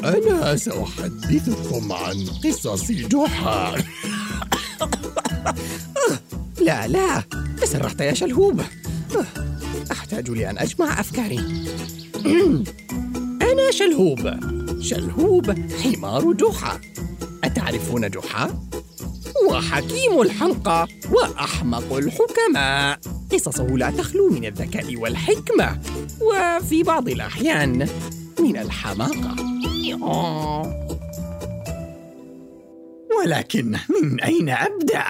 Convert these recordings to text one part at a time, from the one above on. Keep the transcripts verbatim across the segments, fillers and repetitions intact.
أنا سأحدثكم عن قصص جحا. لا لا، تسرحت يا شلهوب. أحتاج لأن أجمع أفكاري. أنا شلهوب، شلهوب حمار جحا. أتعرفون جحا؟ هو حكيم الحلقة وأحمق الحكماء. قصصه لا تخلو من الذكاء والحكمة، وفي بعض الأحيان من الحماقة. ولكن من أين أبدأ؟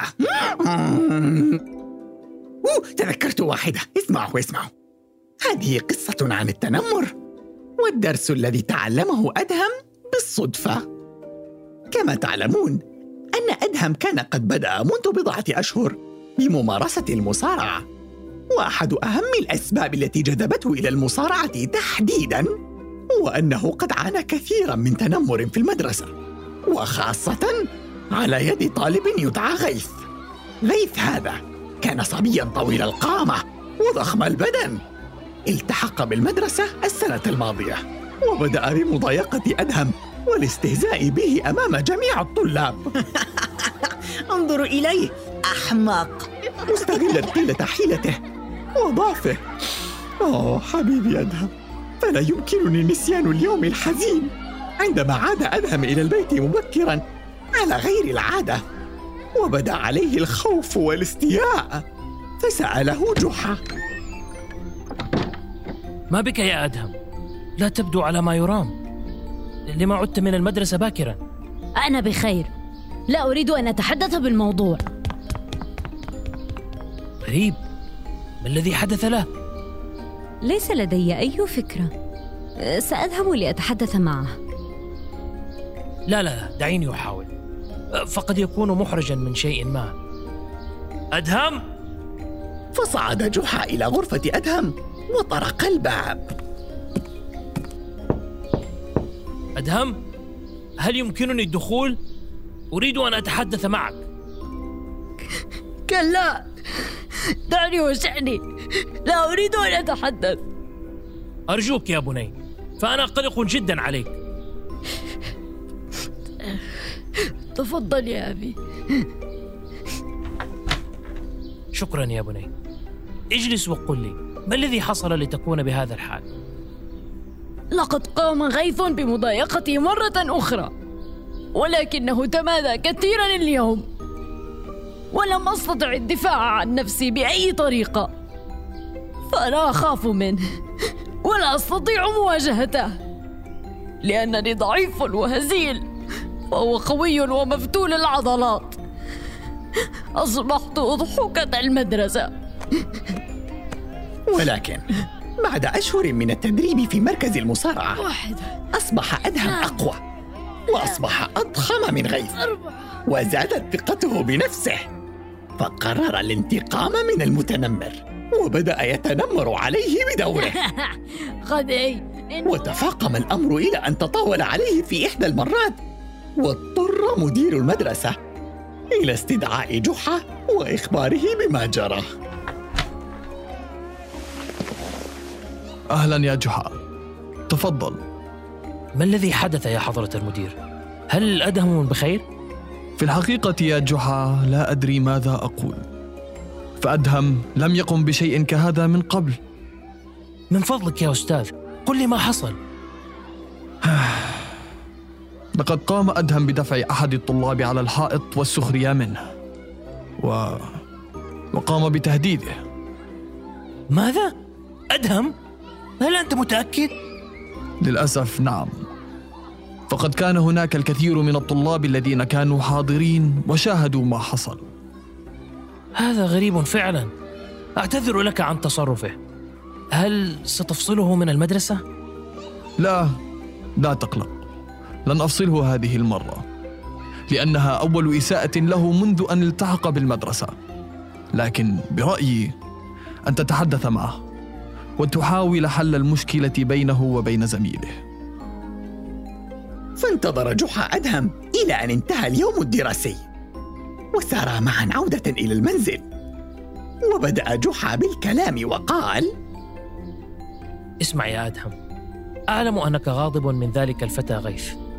أوه، تذكرت واحدة. اسمعوا اسمعوا، هذه قصة عن التنمر، والدرس الذي تعلمه أدهم بالصدفة. كما تعلمون أن أدهم كان قد بدأ منذ بضعة أشهر بممارسة المصارعة، وأحد أهم الأسباب التي جذبته إلى المصارعة تحديداً هو أنه قد عانى كثيراً من تنمر في المدرسة، وخاصة على يد طالب يدعى غيث. غيث هذا كان صبياً طويل القامة وضخم البدن. التحق بالمدرسة السنة الماضية، وبدأ بمضايقة أدهم والاستهزاء به أمام جميع الطلاب. انظروا إليه، أحمق. مستغلاً قلة حيلته وضعفه. أوه حبيبي أدهم، فلا يمكنني نسيان اليوم الحزين عندما عاد أدهم إلى البيت مبكراً على غير العادة، وبدأ عليه الخوف والاستياء. فسأله جحا: ما بك يا أدهم؟ لا تبدو على ما يرام. لما عدت من المدرسة باكراً؟ أنا بخير، لا أريد أن أتحدث بالموضوع. غريب، ما الذي حدث له؟ ليس لدي أي فكرة، سأذهب لأتحدث معه. لا لا دعيني أحاول، فقد يكون محرجاً من شيء ما. أدهم؟ فصعد جحا إلى غرفة أدهم وطرق الباب. أدهم، هل يمكنني الدخول؟ أريد أن أتحدث معك. كلا، دعني وشأني، لا أريد أن أتحدث. أرجوك يا بني، فأنا قلق جدا عليك. تفضل يا أبي. شكرا يا بني. اجلس وقل لي، ما الذي حصل لتكون بهذا الحال؟ لقد قام غيث بمضايقتي مرة أخرى، ولكنه تمادى كثيرا اليوم، ولم أستطع الدفاع عن نفسي بأي طريقة، فأنا أخاف منه ولا أستطيع مواجهته، لأنني ضعيف وهزيل وهو قوي ومفتول العضلات. أصبحت أضحوكة المدرسة. ولكن بعد أشهر من التدريب في مركز المصارعة، واحدة، أصبح أدهم أقوى، وأصبح أضخم من غيث، وزادت ثقته بنفسه، فقرر الانتقام من المتنمر، وبدأ يتنمر عليه بدوره. خدي. وتفاقم الأمر إلى أن تطاول عليه في إحدى المرات، واضطر مدير المدرسة إلى استدعاء جحا وإخباره بما جرى. أهلا يا جحا، تفضل. ما الذي حدث يا حضرة المدير؟ هل أدهم بخير؟ في الحقيقة يا جحا لا أدري ماذا أقول، فأدهم لم يقم بشيء كهذا من قبل. من فضلك يا أستاذ، قل لي ما حصل. لقد قام أدهم بدفع أحد الطلاب على الحائط والسخرية منه، و... وقام بتهديده. ماذا؟ أدهم؟ هل أنت متأكد؟ للأسف نعم، فقد كان هناك الكثير من الطلاب الذين كانوا حاضرين وشاهدوا ما حصل. هذا غريب فعلا، أعتذر لك عن تصرفه. هل ستفصله من المدرسة؟ لا، لا تقلق، لن أفصله هذه المرة، لأنها أول إساءة له منذ أن التحق بالمدرسة. لكن برأيي أن تتحدث معه وتحاول حل المشكلة بينه وبين زميله. فانتظر جحا أدهم إلى أن انتهى اليوم الدراسي، وسارا معا عودة إلى المنزل. وبدأ جحا بالكلام وقال: اسمع يا أدهم، أعلم أنك غاضب من ذلك الفتى غيث،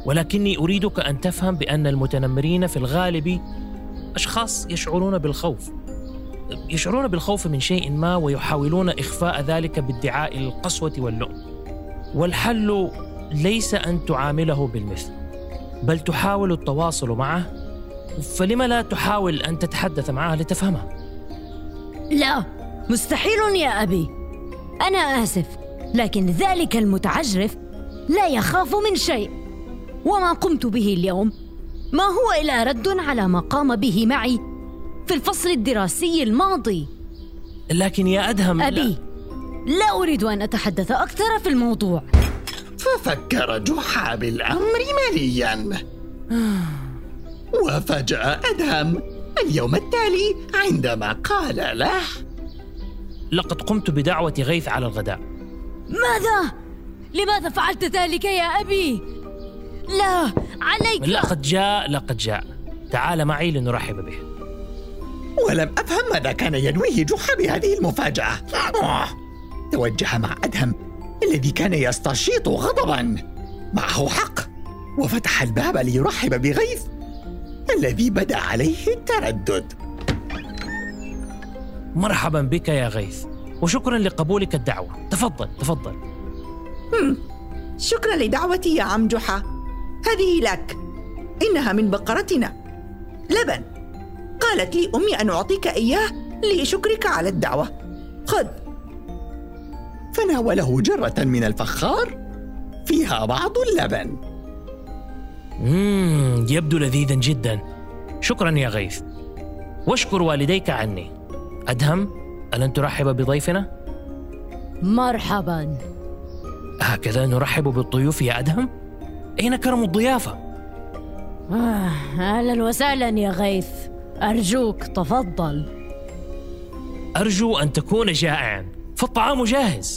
ولكني أريدك أن تفهم بأن المتنمرين في الغالب أشخاص يشعرون بالخوف يشعرون بالخوف من شيء ما ويحاولون إخفاء ذلك بادعاء القسوة واللؤم. والحل ليس أن تعامله بالمثل، بل تحاول التواصل معه. فلم لا تحاول أن تتحدث معه لتفهمه؟ لا، مستحيل يا أبي. أنا آسف، لكن ذلك المتعجرف لا يخاف من شيء، وما قمت به اليوم ما هو إلا رد على ما قام به معي في الفصل الدراسي الماضي. لكن يا أدهم، أبي لا, لا أريد أن أتحدث أكثر في الموضوع. ففكر جحا بالأمر مليا، وفجأة أدهم اليوم التالي عندما قال له: لقد قمت بدعوة غيث على الغداء. ماذا؟ لماذا فعلت ذلك يا أبي؟ لا، عليك. لقد جاء لقد جاء تعال معي لنرحب به. ولم أفهم ماذا كان ينويه جحا بهذه المفاجأة. توجه مع أدهم الذي كان يستشيط غضباً. معه حق، وفتح الباب ليرحب بغيث الذي بدأ عليه التردد. مرحبا بك يا غيث، وشكرا لقبولك الدعوة. تفضل تفضل. شكرا لدعوتي يا عم جحا، هذه لك، إنها من بقرتنا لبن. قالت لي أمي أن أعطيك إياه لشكرك على الدعوة. خذ. فناوله جرة من الفخار فيها بعض اللبن. مم يبدو لذيذا جدا. شكرا يا غيث، واشكر والديك عني. أدهم، ألن ترحب بضيفنا؟ مرحبا. هكذا نرحب بالضيوف يا أدهم؟ أين كرم الضيافة؟ آه، أهلا وسهلا يا غيث، أرجوك تفضل. أرجو أن تكون جائعا، فالطعام جاهز.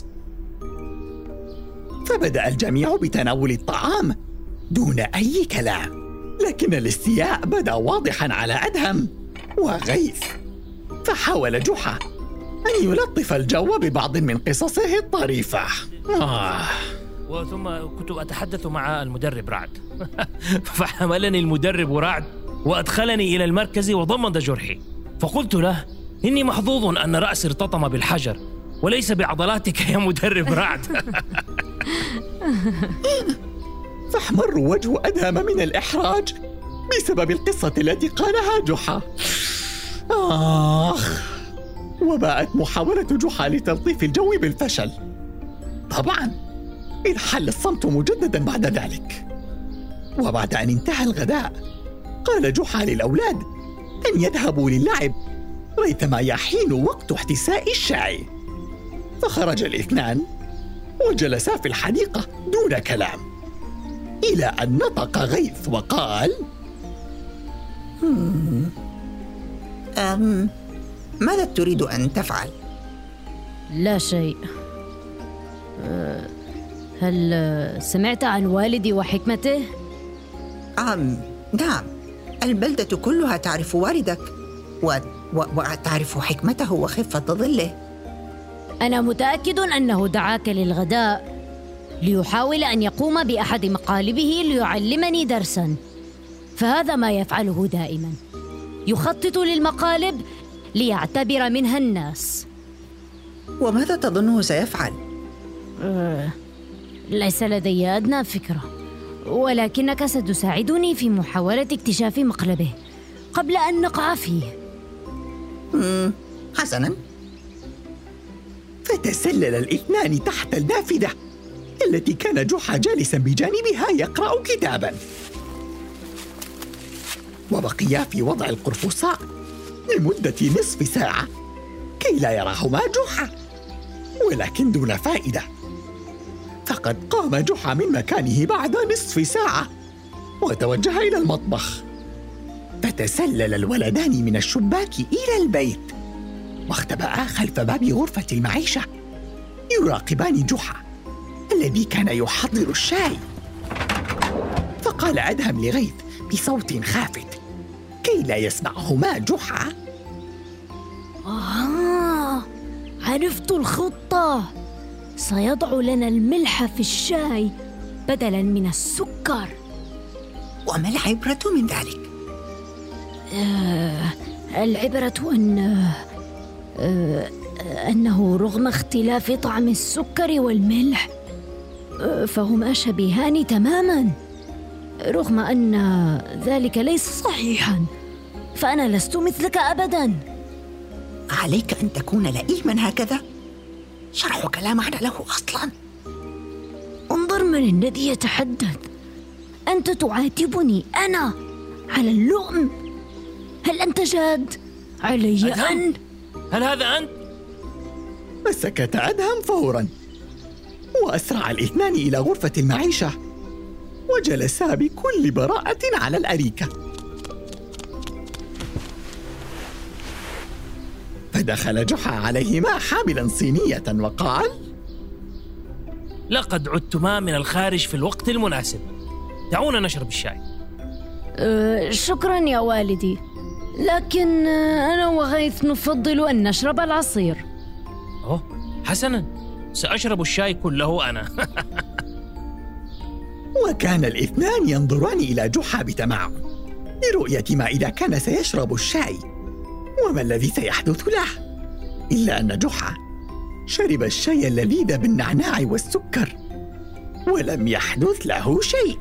فبدأ الجميع بتناول الطعام دون أي كلام، لكن الاستياء بدا واضحا على أدهم وغيث. فحاول جحا أن يلطف الجو ببعض من قصصه الطريفة. آه. وثم كنت أتحدث مع المدرب رعد فحملني المدرب رعد وأدخلني إلى المركز وضمد جرحي، فقلت له: إني محظوظ أن رأسي ارتطم بالحجر وليس بعضلاتك يا مدرب رعد. فاحمر وجه أدهم من الإحراج بسبب القصة التي قالها جحا. آخ. وباءت محاولة جحا لتلطيف الجو بالفشل. طبعا انحل الصمت مجددا بعد ذلك. وبعد أن انتهى الغداء قال جحا للأولاد أن يذهبوا للعب ريثما يحين وقت احتساء الشاي. فخرج الاثنان وجلسا في الحديقة دون كلام، إلى أن نطق غيث وقال: أم ماذا تريد أن تفعل؟ لا شيء. هل سمعت عن والدي وحكمته؟ أم نعم، البلدة كلها تعرف والدك و... و... وتعرف حكمته وخفة ظله. أنا متأكد أنه دعاك للغداء ليحاول أن يقوم بأحد مقالبه ليعلمني درساً، فهذا ما يفعله دائماً، يخطط للمقالب ليعتبر منها الناس. وماذا تظنه سيفعل؟ أه، ليس لدي أدنى فكرة، ولكنك ستساعدني في محاولة اكتشاف مقلبه قبل أن نقع فيه. مم. حسناً. فتسلل الاثنان تحت النافذة التي كان جحا جالسا بجانبها يقرأ كتابا، وبقيا في وضع القرفصاء لمدة نصف ساعة كي لا يراهما جحا، ولكن دون فائدة. فقد قام جحا من مكانه بعد نصف ساعة وتوجه إلى المطبخ. فتسلل الولدان من الشباك إلى البيت واختبأا خلف باب غرفة المعيشة يراقبان جحا الذي كان يحضر الشاي. فقال أدهم لغيث بصوت خافت كي لا يسمعهما جحا: آه، عرفت الخطة. سيضع لنا الملح في الشاي بدلاً من السكر، وما العبرة من ذلك؟ آه العبرة أن آه أنه رغم اختلاف طعم السكر والملح آه فهما شبيهان تماماً. رغم أن ذلك ليس صحيحاً، فأنا لست مثلك أبداً. عليك أن تكون لئيماً هكذا؟ شرحك لا معنى له أصلاً. انظر من الذي يتحدث. أنت تعاتبني أنا على اللؤم؟ هل أنت جاد؟ علي أن... هل هذا أنت؟ فسكت أدهم فوراً، وأسرع الاثنان إلى غرفة المعيشة، وجلسا بكل براءة على الأريكة. فدخل جحا عليهما حاملاً صينية وقال: لقد عدتما من الخارج في الوقت المناسب، دعونا نشرب الشاي. أه شكراً يا والدي، لكن أنا وغيث نفضل أن نشرب العصير. أوه حسناً، سأشرب الشاي كله أنا. وكان الاثنان ينظران إلى جحا بتمعن لرؤية ما إذا كان سيشرب الشاي وما الذي سيحدث له، إلا أن جحا شرب الشاي اللذيذ بالنعناع والسكر ولم يحدث له شيء.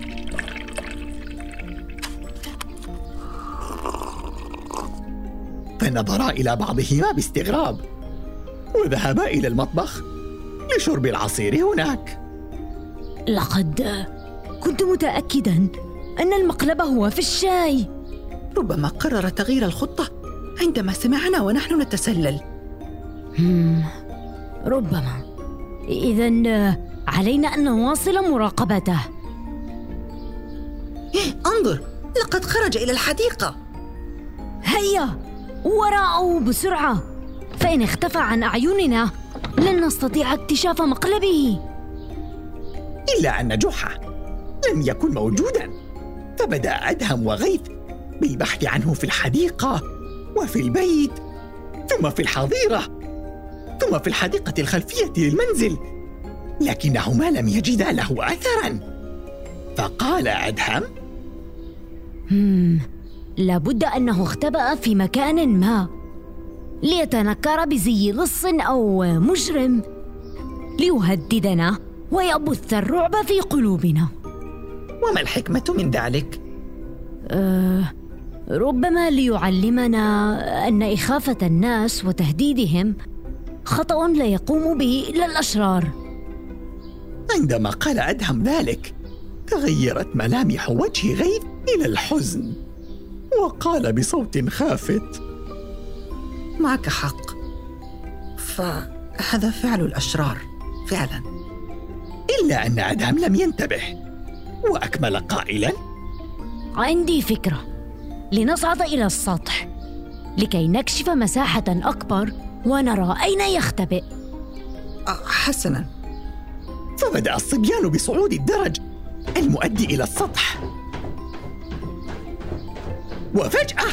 فنظرا إلى بعضهما باستغراب، وذهبا إلى المطبخ لشرب العصير هناك. لقد كنت متأكداً أن المقلب هو في الشاي. ربما قرر تغيير الخطة عندما سمعنا ونحن نتسلل. مم. ربما. إذن علينا أن نواصل مراقبته. انظر، لقد خرج إلى الحديقة. هيا وراءه بسرعة، فإن اختفى عن أعيننا لن نستطيع اكتشاف مقلبه. إلا أن جحا لم يكن موجوداً، فبدأ أدهم وغيث بالبحث عنه في الحديقة وفي البيت ثم في الحظيرة ثم في الحديقة الخلفية للمنزل، لكنهما لم يجدا له أثراً. فقال أدهم: مم. لابد أنه اختبأ في مكان ما ليتنكر بزي لص أو مجرم ليهددنا ويبث الرعب في قلوبنا. وما الحكمة من ذلك؟ أه ربما ليعلمنا أن إخافة الناس وتهديدهم خطأ لا يقوم به إلا الأشرار. عندما قال أدهم ذلك تغيرت ملامح وجه غيث إلى الحزن، وقال بصوت خافت: معك حق، فهذا فعل الأشرار فعلا. إلا أن أدهم لم ينتبه، وأكمل قائلا: عندي فكرة، لنصعد إلى السطح لكي نكشف مساحة أكبر ونرى أين يختبئ. حسنا. فبدأ الصبيان بصعود الدرج المؤدي إلى السطح، وفجأة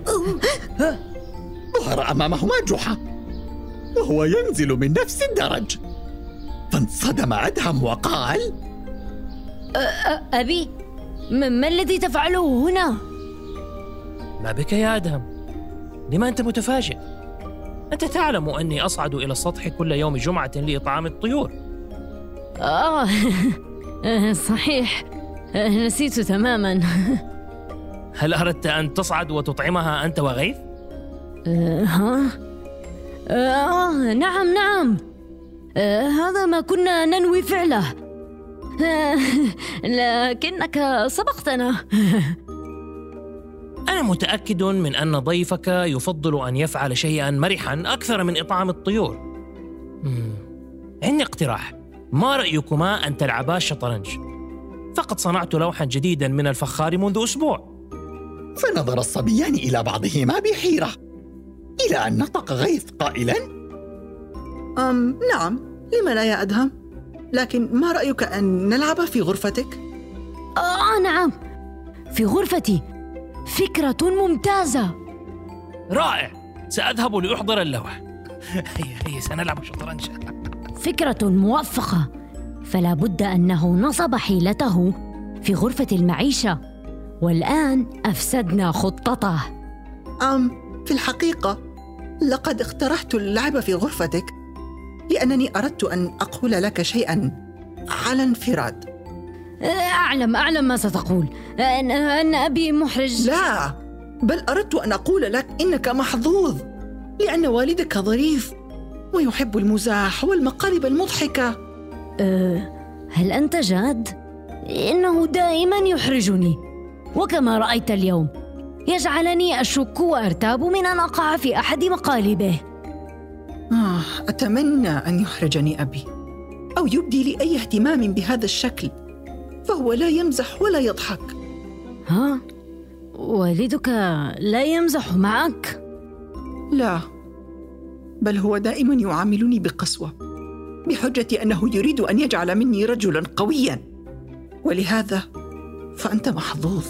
ظهر أمامهما جحا وهو ينزل من نفس الدرج. فانصدم أدهم وقال: أبي، ما الذي تفعله هنا؟ ما بك يا أدهم؟ لما أنت متفاجئ؟ أنت تعلم أني أصعد إلى السطح كل يوم جمعة لإطعام الطيور. آه صحيح، نسيت تماما. هل أردت أن تصعد وتطعمها أنت وغيث؟ آه, ها؟ آه نعم نعم، آه هذا ما كنا ننوي فعله، آه لكنك سبقتنا. أنا متأكد من أن ضيفك يفضل أن يفعل شيئاً مرحاً أكثر من إطعام الطيور. مم. عندي اقتراح، ما رأيكما أن تلعبا الشطرنج؟ فقد صنعت لوحاً جديداً من الفخار منذ أسبوع. فنظر الصبيان إلى بعضهما بحيرة، إلى أن نطق غيث قائلاً: أم نعم، لما لا يا أدهم؟ لكن ما رأيك أن نلعب في غرفتك؟ آه نعم، في غرفتي، فكرة ممتازة. رائع، سأذهب لأحضر اللوح. هيا هيا سنلعب شطرنج. فكرة موفقة، فلا بد أنه نصب حيلته في غرفة المعيشة والآن أفسدنا خطته. أم في الحقيقة لقد اقترحت اللعب في غرفتك لأنني أردت أن أقول لك شيئاً على انفراد. أعلم أعلم ما ستقول، أن, أن أبي محرج. لا، بل أردت أن أقول لك إنك محظوظ لأن والدك ظريف ويحب المزاح والمقالب المضحكة. أه هل أنت جاد؟ إنه دائما يحرجني، وكما رأيت اليوم يجعلني أشك وأرتاب من أن أقع في أحد مقالبه. آه، أتمنى أن يحرجني أبي أو يبدي لي أي اهتمام بهذا الشكل، فهو لا يمزح ولا يضحك. ها؟ والدك لا يمزح معك؟ لا، بل هو دائما يعاملني بقسوة بحجة أنه يريد أن يجعل مني رجلا قويا، ولهذا فأنت محظوظ.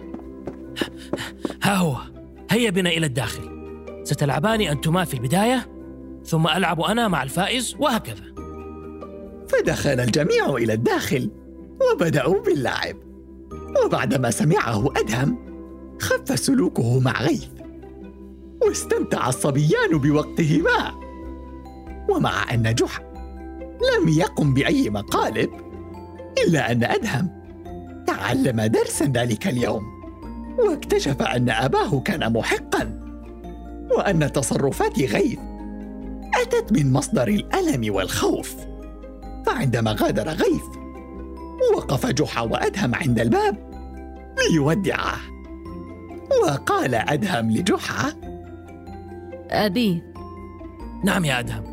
ها هو، هيا بنا إلى الداخل. ستلعبان أنتما في البداية، ثم ألعب أنا مع الفائز، وهكذا. فدخل الجميع إلى الداخل وبدأوا باللعب، وبعدما سمعه أدهم خف سلوكه مع غيث، واستمتع الصبيان بوقتهما. ومع أن جحا لم يقم بأي مقالب، إلا أن أدهم تعلم درسا ذلك اليوم، واكتشف أن أباه كان محقا، وأن تصرفات غيث أتت من مصدر الألم والخوف. فعندما غادر غيث وقف جحا وأدهم عند الباب ليودعه، وقال أدهم لجحا: أبي. نعم يا أدهم.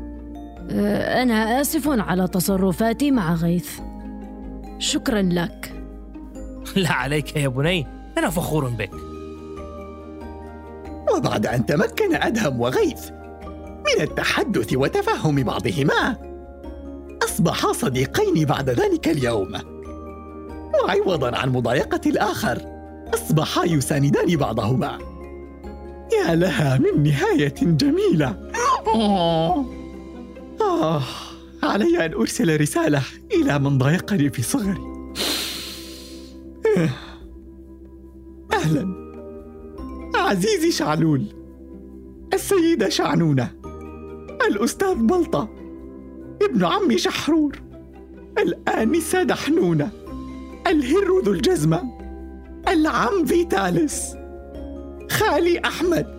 أنا آسف على تصرفاتي مع غيث، شكرا لك. لا عليك يا بني، أنا فخور بك. وبعد أن تمكن أدهم وغيث من التحدث وتفهم بعضهما، أصبحا صديقين بعد ذلك اليوم، وعوضا عن مضايقة الآخر أصبحا يساندان بعضهما. يا لها من نهاية جميلة. آه، علي أن أرسل رسالة إلى من ضايقني في صغري. أهلا عزيزي شعلول، السيدة شعنونة، الأستاذ بلطة، ابن عمي شحرور، الآنسة دحنونة، الهر ذو الجزمة، العم فيتالس، خالي أحمد،